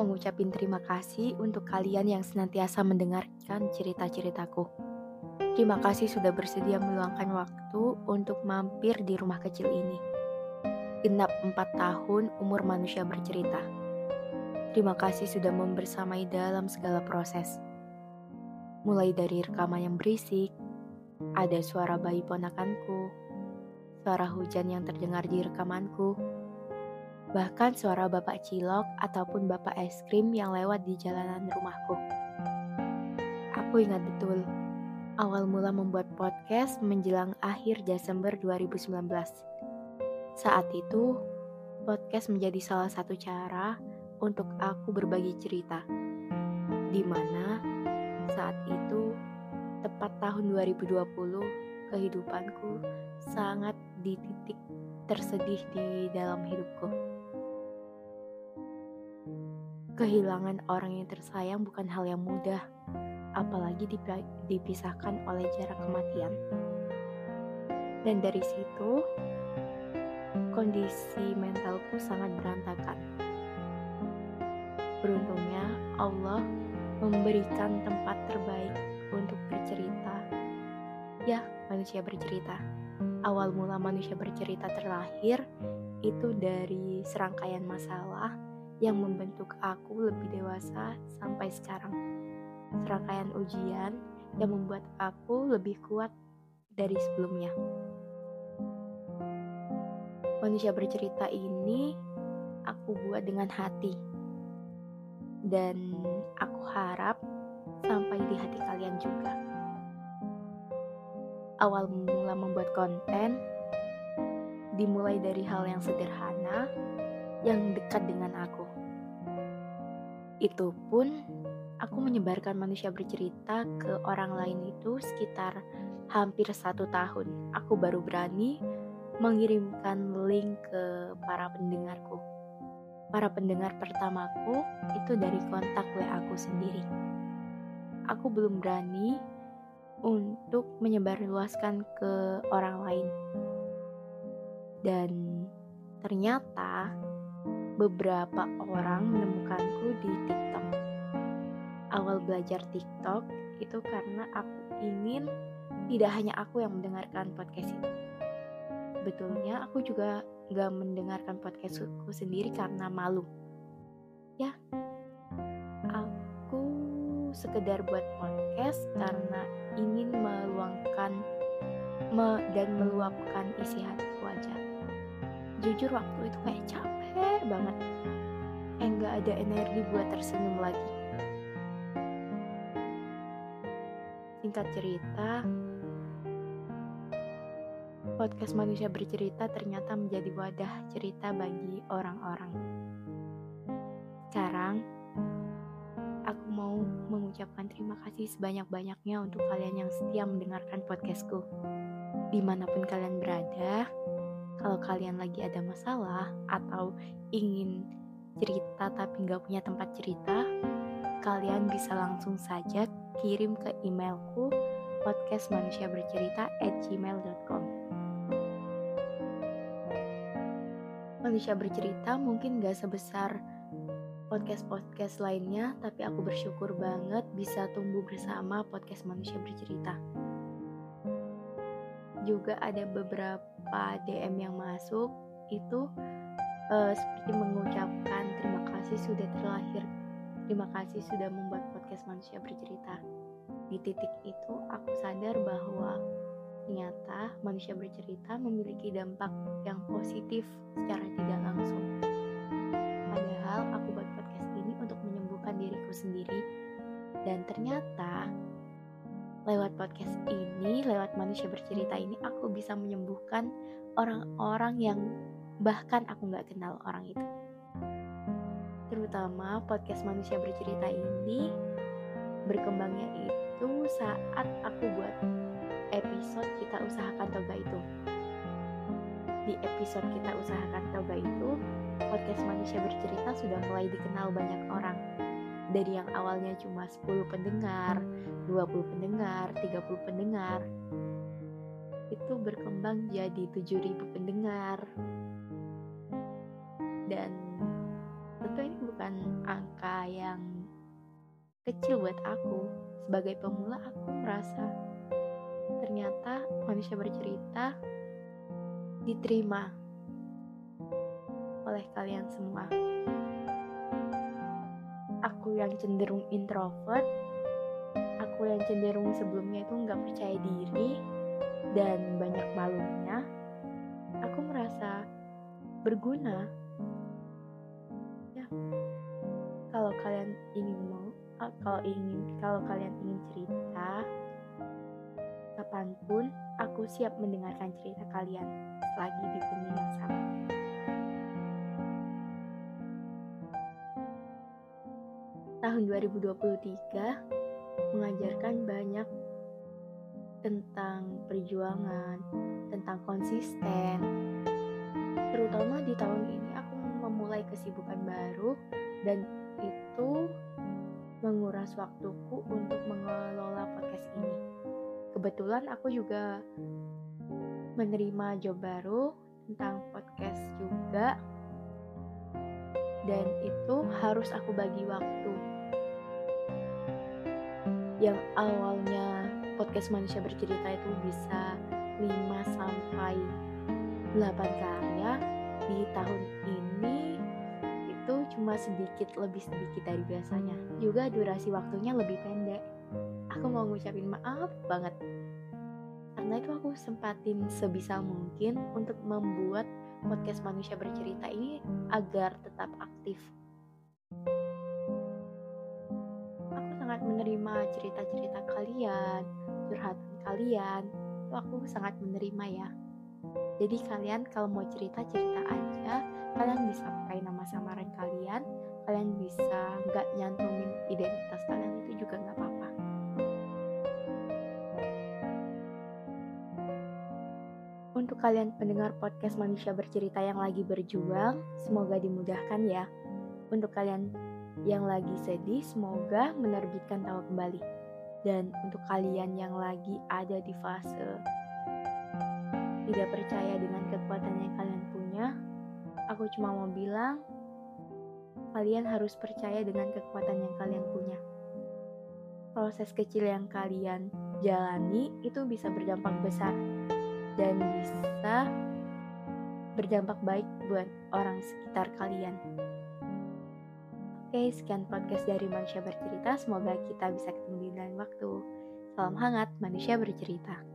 mau ngucapin terima kasih untuk kalian yang senantiasa mendengarkan cerita-ceritaku. Terima kasih sudah bersedia meluangkan waktu untuk mampir di rumah kecil ini. Genap 4 tahun umur manusia bercerita. Terima kasih sudah membersamai dalam segala proses. Mulai dari rekaman yang berisik, ada suara bayi ponakanku, suara hujan yang terdengar di rekamanku, bahkan suara bapak cilok ataupun bapak es krim yang lewat di jalanan rumahku. Aku ingat betul, awal mula membuat podcast menjelang akhir Desember 2019. Saat itu, podcast menjadi salah satu cara untuk aku berbagi cerita. Di mana saat itu, tepat tahun 2020, kehidupanku sangat di titik tersedih di dalam hidupku. Kehilangan orang yang tersayang bukan hal yang mudah, apalagi dipisahkan oleh jarak kematian. Dan dari situ, kondisi mentalku sangat berantakan. Beruntungnya, Allah memberikan tempat terbaik untuk bercerita. Ya, manusia bercerita. Awal mula manusia bercerita terlahir itu dari serangkaian masalah yang membentuk aku lebih dewasa sampai sekarang. Serangkaian ujian yang membuat aku lebih kuat dari sebelumnya. Manusia bercerita ini aku buat dengan hati. Dan aku harap sampai di hati kalian juga. Awal mula membuat konten dimulai dari hal yang sederhana yang dekat dengan aku. Itu pun aku menyebarkan manusia bercerita ke orang lain itu sekitar hampir 1 tahun. Aku baru berani mengirimkan link ke para pendengarku. Para pendengar pertamaku itu dari kontak WA aku sendiri. Aku belum berani untuk menyebarluaskan ke orang lain. Dan ternyata beberapa orang menemukanku di TikTok. Awal belajar TikTok itu karena aku ingin tidak hanya aku yang mendengarkan podcast itu. Sebetulnya aku juga gak mendengarkan podcastku sendiri karena malu. Ya, aku sekedar buat podcast karena ingin meluangkan dan meluapkan isi hatiku aja. Jujur waktu itu kayak capek banget, gak ada energi buat tersenyum lagi. Singkat cerita, podcast manusia bercerita ternyata menjadi wadah cerita bagi orang-orang. Sekarang, aku mau mengucapkan terima kasih sebanyak-banyaknya untuk kalian yang setia mendengarkan podcastku. Dimanapun kalian berada, kalau kalian lagi ada masalah atau ingin cerita tapi gak punya tempat cerita, kalian bisa langsung saja kirim ke emailku podcastmanusiabercerita@gmail.com. Manusia bercerita mungkin gak sebesar podcast-podcast lainnya, tapi aku bersyukur banget bisa tumbuh bersama podcast manusia bercerita. Juga ada beberapa DM yang masuk itu seperti mengucapkan terima kasih sudah terlahir, terima kasih sudah membuat podcast manusia bercerita. Di titik itu aku sadar bahwa ternyata manusia bercerita memiliki dampak yang positif secara tidak langsung. Padahal aku buat podcast ini untuk menyembuhkan diriku sendiri, dan ternyata lewat podcast ini, lewat manusia bercerita ini, aku bisa menyembuhkan orang-orang yang bahkan aku gak kenal orang itu. Terutama podcast manusia bercerita ini berkembangnya itu saat aku buat episode Kita Usahakan Toga itu. Di episode Kita Usahakan Toga itu, podcast manusia bercerita sudah mulai dikenal banyak orang. Dari yang awalnya cuma 10 pendengar, 20 pendengar, 30 pendengar, itu berkembang jadi 7.000 pendengar. Dan itu ini bukan angka yang kecil buat aku. Sebagai pemula aku merasa ternyata manusia bercerita diterima oleh kalian semua. Aku yang cenderung introvert, aku yang cenderung sebelumnya itu gak percaya diri dan banyak malunya, aku merasa berguna. Ya, kalau kalian ingin kalau kalian ingin cerita, kapanpun aku siap mendengarkan cerita kalian selagi di bumi yang sama. Tahun 2023 mengajarkan banyak tentang perjuangan, tentang konsisten. Terutama di tahun ini aku memulai kesibukan baru dan itu menguras waktuku untuk mengelola podcast ini. Kebetulan aku juga menerima job baru tentang podcast juga, dan itu harus aku bagi waktu. Yang awalnya podcast Manusia Bercerita itu bisa 5-8 karya, di tahun ini itu cuma lebih sedikit dari biasanya. Juga durasi waktunya lebih pendek. Aku mau ngucapin maaf banget, karena itu aku sempatin sebisa mungkin untuk membuat podcast Manusia Bercerita ini agar tetap aktif. Aku sangat menerima cerita-cerita kalian, curhatan kalian, itu aku sangat menerima ya. Jadi kalian kalau mau cerita aja, kalian bisa pakai nama samaran kalian bisa gak nyantumin identitas kalian, itu juga gak apa-apa. Untuk kalian pendengar podcast Manusia Bercerita yang lagi berjuang, semoga dimudahkan ya. Untuk kalian yang lagi sedih, semoga menerbitkan tawa kembali. Dan untuk kalian yang lagi ada di fase tidak percaya dengan kekuatan yang kalian punya, aku cuma mau bilang, kalian harus percaya dengan kekuatan yang kalian punya. Proses kecil yang kalian jalani itu bisa berdampak besar dan bisa berdampak baik buat orang sekitar kalian. Oke, sekian podcast dari Manusia Bercerita. Semoga kita bisa ketemu di lain waktu. Salam hangat, Manusia Bercerita.